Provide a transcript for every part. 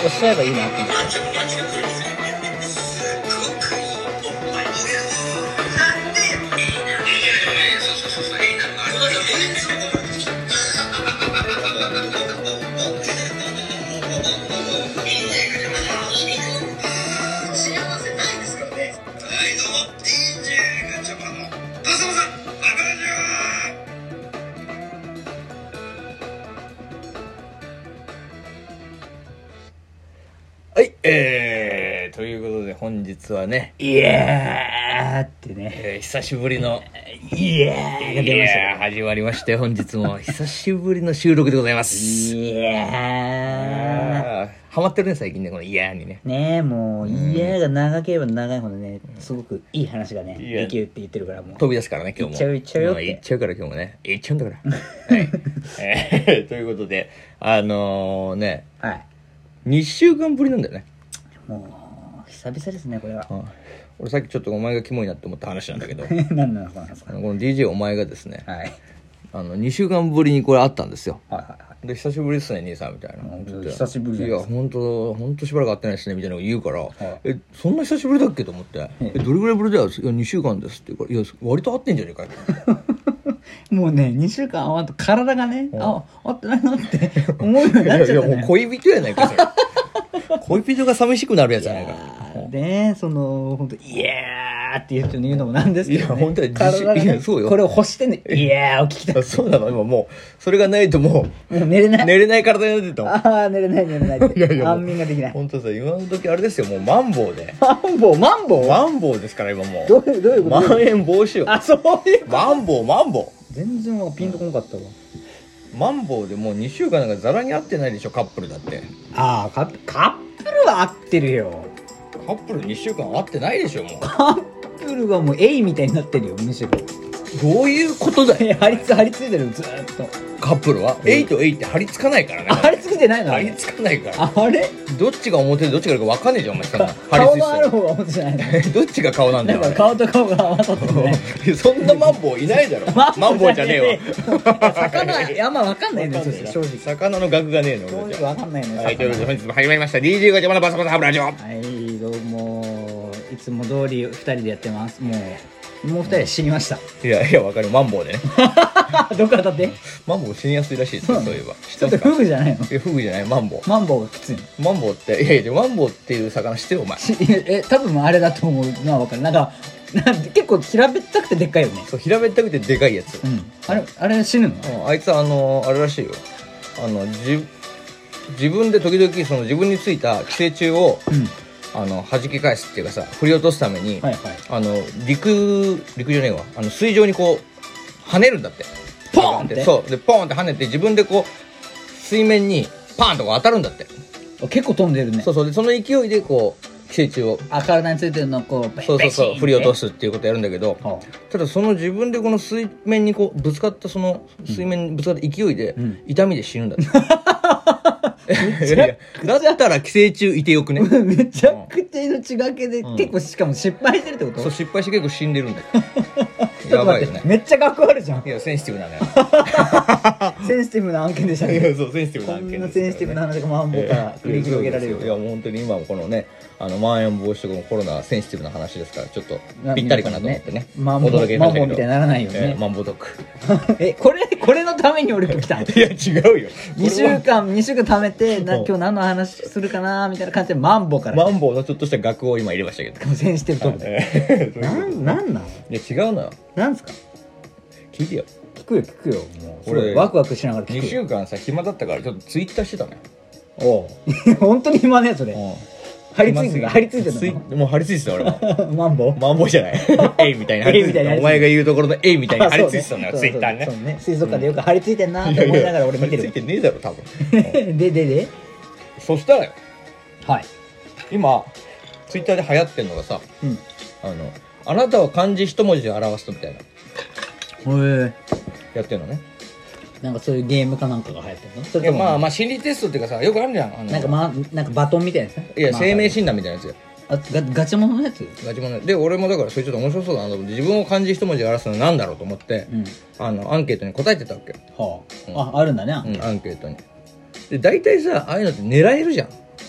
おっしゃればいいなって思って。はい、ということで本日はね、 イエーってね、 久しぶりのイエーが出ましたね。 始まりまして本日も久しぶりの収録でございます。 イエハマってるね最近ね、このイエーにね。 ねえ、もうイエーが長ければ長いほどね、すごくいい話がねできるって言ってるから、もう飛び出すからね今日も。 行っちゃうよって行っちゃうから今日もね、行っちゃうんだからはい、ということでね、 はい、 2週間ぶりなんだよね。 もう久々ですねこれは。 俺さっきちょっとお前がキモいなって思った話なんだけど何なのかな、それ。 この DJ お前がですね、 はい、 2週間ぶりにこれあったんですよ。 はいはいはい。 で久しぶりですね兄さんみたいな。 久しぶりじゃいやないですか。 本当しばらく会ってないですねみたいなの言うから、 いそんな久しぶりだっけと思って、どれぐらいぶりだよ。いや2週間ですって言うから、いや割と会ってんじゃねえかよもうね2週間会わんと体がね、会ってないなって思うようになっちゃったね。 いやもう恋人やないかそれ恋人が寂しくなるやつじゃないか。 ね、その本当イエーって言うのもなんですけど、ね、 いや本当は体が、ね、 いやそうよ、 これを欲してね、イエーを聞きたい。 そうなの。今もうそれがないともう寝れない体になってたもん。 ああ寝れないって安眠ができない。 本当さ、今の時あれですよ、もうマンボウでマンボウですから今もうどういうこと。 まん延防止よ。 あ、そういうマンボウ全然ピンとこなかったわ。 マンボウでもう2週間なんかザラに会ってないでしょカップルだって。 ああカップルは合ってるよ。 カップル2週間会ってないでしょもう。 カップルはもうエイみたいになってるよむしろ。 どういうことだよ張り付いてるずーっと。 カップルはエイとエイって張り付かないからね。 張り付いてないの。 張り付かないから。 あれどっちが表でどっちが分かんねえじゃんお前そんな。 顔がある方が表じゃないの。 どっちが顔なんだよ。 なんか顔と顔が合わさってねそんなマンボウいないだろ。マンボウじゃねえわ。 魚あんま分かんないんだよ正直。 魚の額がねえの。 正直分かんないのよ。 はい、ということで本日も始まりました DJ ガチャマのバサバサハブラジオ。 はいどうも、いつも通り2人でやってます。もう2人で死にました。 いや分かる。マンボウでねどっからだってマンボウ死にやすいらしいですよ。そういえばちょっとフグじゃないの。 フグじゃないマンボウ。 マンボウがきついの。 マンボウっていやマンボウっていう魚知ってるお前。 多分あれだと思うのは分かる。なんか結構平べったくてでっかいよね。 そう平べったくてでかいやつ。 あれ死ぬの。 あいつあれらしいよ。自分で時々その自分についた寄生虫を、弾き返すっていうかさ、振り落とすために、陸じゃねえわ、水上にこう跳ねるんだって。 ポーンって。 そうでポーンって跳ねて自分でこう水面にパーンとこう当たるんだって。 結構飛んでるね。 そうでその勢いでこう寄生虫を体についてるのをこうそう振り落とすっていうことやるんだけど、ただその自分でこの水面にこうぶつかったその水面にぶつかった勢いで、痛みで死ぬんだってだったら寄生虫いてよくねめちゃくちゃ命がけで、結構しかも失敗してるってこと。 そう失敗して結構死んでるんだよちょっと待って、めっちゃ学あるじゃん。 いやセンシティブなのよセンシティブな案件でしたね。 いやそうセンシティブな案件です。 こんなセンシティブな話がマンボウから繰り広げられる。 いやもう本当に今もこのねまん延防止とかコロナはセンシティブな話ですからちょっっとぴったりかなと思ってね。 マンボウみたいにならないよね。 マンボウドッグこれのために俺今日来たん。 いや違うよ。 2週間貯めて今日何の話するかなみたいな感じでマンボウからマンボウのちょっとした額を今入れましたけどセンシティブトークでなんなの。 いや違うのよ。 なんすか聞いてよ。 聞くよもう俺ワクワクしながら聞くよ。 2週間さ暇だったからちょっとツイッターしてたのよ。 おう本当に暇ねそれ。張り付いてるの。 もう張り付いてた俺も。 マンボウじゃないエイみたいな張り付いてた。お前が言うところのエイみたいに張り付いてたのよツイッターね。 水族館でよく張り付いてんなって思いながら俺見てる。 張り付いてねえだろ多分。 でそしたらよ、 はい、 今ツイッターで流行ってんのがさ、あなたは漢字一文字で表すとみたいなやってんのね。 なんかそういうゲームかなんかが流行ってるの。それともまあ心理テストっていうかさよくあるじゃん。 なんかバトンみたいなやつ。 いや生命診断みたいなやつよ。 ガチモノのやつ。 ガチモノで俺もだからそれちょっと面白そうだなと思って自分を漢字一文字で表すのなんだろうと思って、アンケートに答えてたわけよ。 あるんだね。 アンケートに。で大体さああいうのって狙えるじゃん。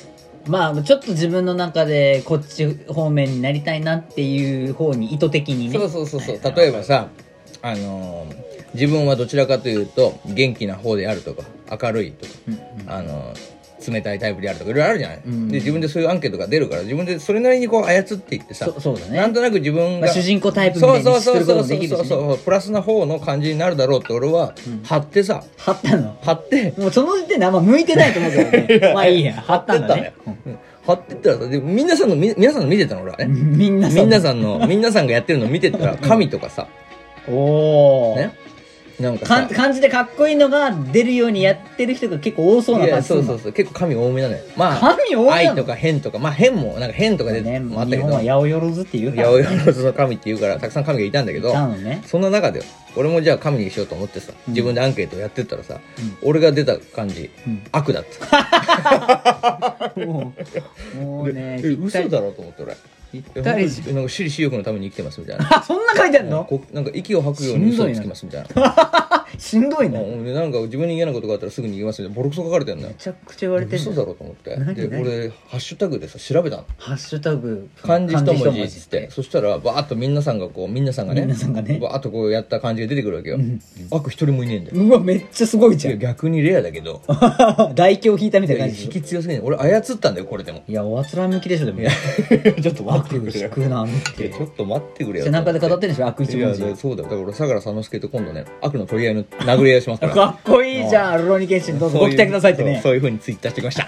まあちょっと自分の中でこっち方面になりたいなっていう方に意図的にね。 そう、例えばさ、自分はどちらかというと元気な方であるとか明るいとか、冷たいタイプであるとかいろいろあるじゃない、で自分でそういうアンケートが出るから自分でそれなりにこう操っていってさ、 そうだね、 なんとなく自分が、 主人公タイプみたいにすることもできるし、ね、 そうプラスな方の感じになるだろうって俺は貼ってさ、 貼ったの貼ってもうその時点であんま向いてないと思うけどねまあいいや、貼ったんだね、 貼ってったらさ、で皆さんの見てたの俺はね、みんなさんがやってるの見てたら神とかさ、 おお、ね、 なんかさ感じでかっこいいのが出るようにやってる人が結構多そうな感じ。 そう結構神多めなのよ。まあ神多めなの。 愛とか変とか、まあ変もなんか変とかでもあったけど、 日本は八百万っていうから八百万の神っていうからたくさん神がいたんだけど、 ね、 そんな中で俺もじゃあ神にしようと思ってさ、自分でアンケートやってったらさ、俺が出た感じ、悪だったもうね嘘だろうと思って俺なんか私利私欲のために生きてますみたいなそんな書いてあるの？ なんか息を吐くように嘘をつきますみたいなしんどいね。 なんか自分に嫌なことがあったらすぐに言いますみたいなボロクソ書かれてんのよ。 めちゃくちゃ言われてんの。 嘘だろうと思って。で俺ハッシュタグでさ調べたの。 ハッシュタグ漢字一文字っつって、そしたらバーッとみんなさんがねバーッとこうやった感じが出てくるわけよ。悪一人もいねえんだよ。 うわめっちゃすごいじゃん。 逆にレアだけど大凶引いたみたいな感じ。 引き強すぎない。俺操ったんだよこれでも。 いやおあつら向きでしょでも。 ちょっと待ってくれよ。ちょっと待ってくれよ。 背中で語ってんでしょ悪一文字。 いやそうだよ。だから俺相良佐之助と今度ね悪の取り合いの殴り合いしますから。 かっこいいじゃん。ルローニケンシンどうぞご期待くださいってね。 そういう風にツイッターしてきました。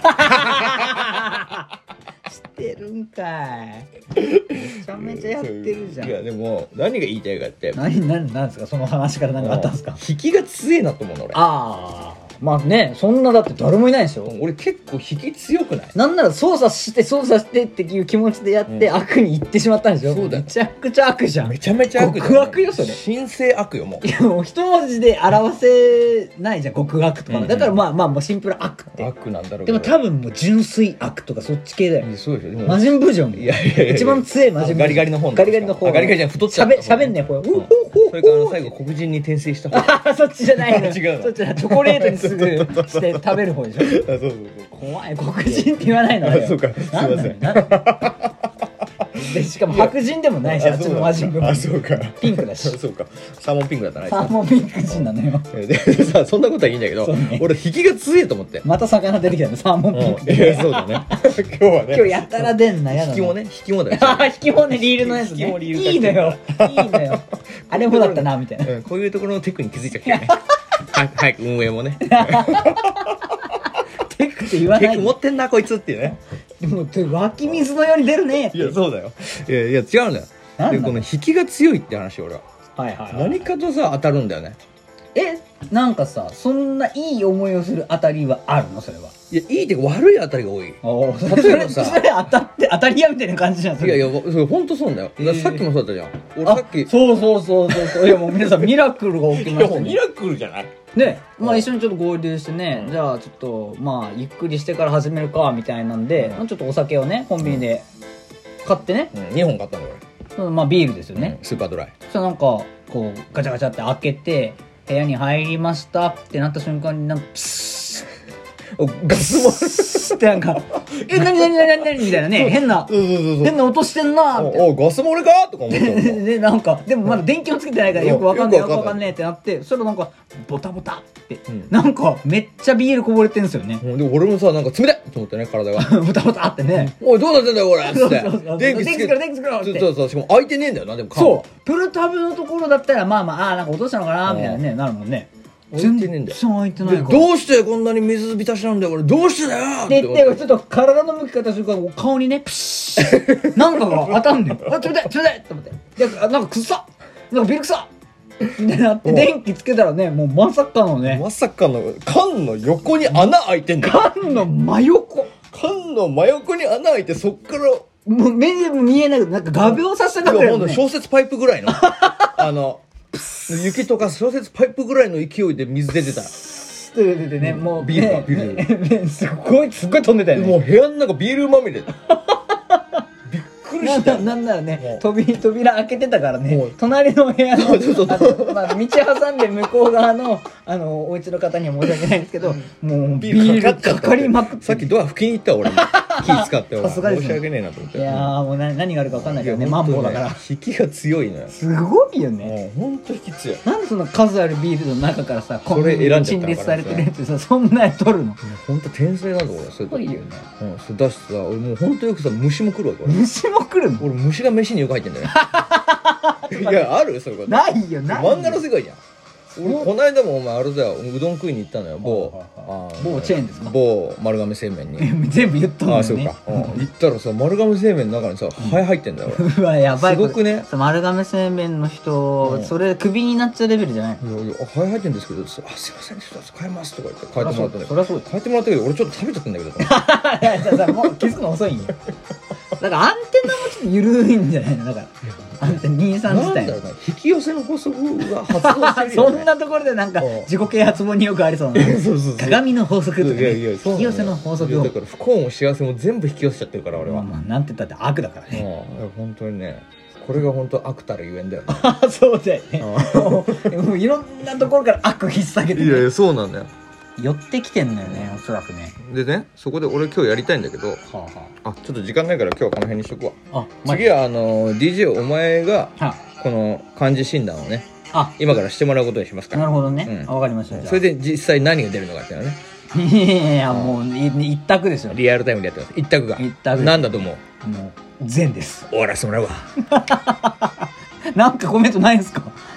してるんかい。めちゃめちゃやってるじゃん。 いやでも何が言いたいかって。 なんですかその話から何かあったんですか。 引きが強えなと思うの俺。 ああ。まあね、そんなだって誰もいないでしょ。 俺結構引き強くない？ なんなら操作してっていう気持ちでやって、悪に行ってしまったんでしょ。 そうだよ。 めちゃくちゃ悪じゃん。 めちゃめちゃ悪じゃん。 極悪よそれ。 神聖悪よもう。 いやもう一文字で表せないじゃん極悪とか。だからまあもうシンプル悪って。 悪なんだろうけど。 でも多分もう純粋悪とかそっち系だよ。 そうでしょ。 魔人ブージョン。いや一番強い魔人ブージョン。 ガリガリの方。 ガリガリの方。 ガリガリじゃん太っちゃった。 喋んねこれ。 それから最後黒人に転生した方。 そっちじゃないの。 違うの。 そっちはチョコレートにすぐして食べる方でしょ。 そう怖い黒人って言わないのよ。 そうかすいません。 でしかも白人でもないしあっちの魔人ブー。 そうかピンクだし。 そうかサーモンピンクだったな。 サーモンピンク人なのよ。 でさそんなことはいいんだけど、俺引きが強いと思って。 また魚出てきたねサーモンピンク。 いやそうだね。今日やたら出んなやだ。 引きもねだよ。 引きもねリールのやつね。いいのよ。あれもだったなみたいな。 こういうところのテクに気づいちゃうけどね。早く運営もね。 テクって言わない。 テク持ってんなこいつっていうね。 でも湧き水のように出るねって。 いやそうだよ。いや違うんだよ。でこの引きが強いって話俺は。何かとさ当たるんだよね。 なんかさそんないい思いをする当たりはあるのそれは。 いやいいって悪い当たりが多い。例えばさそれ当たり屋みたいな感じじゃん。 いやそれ本当そうだよ。さっきもそうだったじゃん。俺さっきそういやもう皆さんミラクルが起きましたね。 ミラクルじゃないね、まあ一緒にちょっと合流してね、じゃあちょっとまあゆっくりしてから始めるかみたいなんで、ちょっとお酒をねコンビニで買ってね、 2本買ったんだよ俺。まあビールですよね。 スーパードライ。 そしたらなんかこうガチャガチャって開けて部屋に入りましたってなった瞬間になんかプスッガス漏れってなんか何みたいなね変な音してんなみたいな。 おガス漏れかとか思ったでなんかでもまだ電気をつけてないからよくわかんねえってなって、それなんかボタボタってなんかめっちゃビールこぼれてんすよね。 で俺もさなんか冷たいと思ってね体がボタボタってね。 おいどうなってんだよこれっつって電気つけろってそうしかも開いてねえんだよな。でもそうプルタブのところだったらまあなんか落としたのかなみたいなねなるもんね。 全然ねえんだよ。 開いてないからどうしてこんなに水浸しなんだよ俺どうしてだよって言ってちょっと体の向き方するから顔にねプシッなんかが当たんのよ。冷たいと思ってなんかくっさなんかビールくさみたいになって電気つけたらねもうまさかの缶の横に穴開いてんだよ。 缶の真横に穴開いてそっからもう目でも見えないけどなんか画鋲させたからね。 小説パイプぐらいの雪とか小説パイプぐらいの勢いで水出てた。 出てねもうビールすっごい飛んでたよね。 もう部屋の中ビールまみれ。びっくりした。 なんならね扉開けてたからね隣の部屋の道挟んで向こう側のお家の方には申し訳ないんですけどもうビールかかりまくってさっきドア拭きに行った俺も気使ってさすがですね申し訳ねえなと思って。 いやーもう何があるか分かんないけどね、マンボウだから。 引きが強いのよ。 すごいよね。 ほんと引き強い。 なんでその数あるビールの中からさ、 それ選んじゃったのかな陳列されてるやつさ、そんなに取るの。 ほんと天才なんだ俺。 すごいよね。 そうだしさ、俺もうほんとよくさ、虫も来るわけ俺。 虫も来るの。 俺虫が飯によく入ってんだよ。いや、あるそういうこと。 ないよ、ないよ。 漫画の世界じゃん。俺この間もお前あれだよ、うどん食いに行ったのよ、某チェーンですか。 某丸亀製麺に。 全部言ったんだよね。 ああ、そうか。行ったらさ、丸亀製麺の中にさ、ハエ入ってんだよ。 うわ、やばい。 すごくね。 丸亀製麺の人、それクビになっちゃうレベルじゃない。 いやいや、ハエ入ってんですけど、すいません、ちょっと変えますとか言って変えてもらったね。 そりゃそう変えてもらったけど、俺ちょっと食べちゃったんだけど。 いや、じゃあもう気づくの遅いんよ。だからアンテナもちょっと緩いんじゃないの。だからアンテナ23自体引き寄せの法則が発動してるよね。 そんなところでなんか自己啓発本によくありそうな鏡の法則とかね、引き寄せの法則を。 だから不幸も幸せも全部引き寄せちゃってるから俺は。 なんて言ったって悪だからね。 本当にね、これが本当悪たるゆえんだよね。 そうだよね。もういろんなところから悪引っ提げて。 いやいや、そうなんだよ。 寄ってきてんのよね、おそらくね。 でね、そこで俺今日やりたいんだけど、ちょっと時間ないから今日はこの辺にしとくわ。次はDJ お前がこの漢字診断をね、今からしてもらうことにしますから。 なるほどね。わかりました。 それで実際何が出るのかっていうのはね。 いや、もう一択ですよ。 リアルタイムでやってます。一択が。なんだと思う？ もう善です。 終わらせてもらうわ。 なんかコメントないんすか？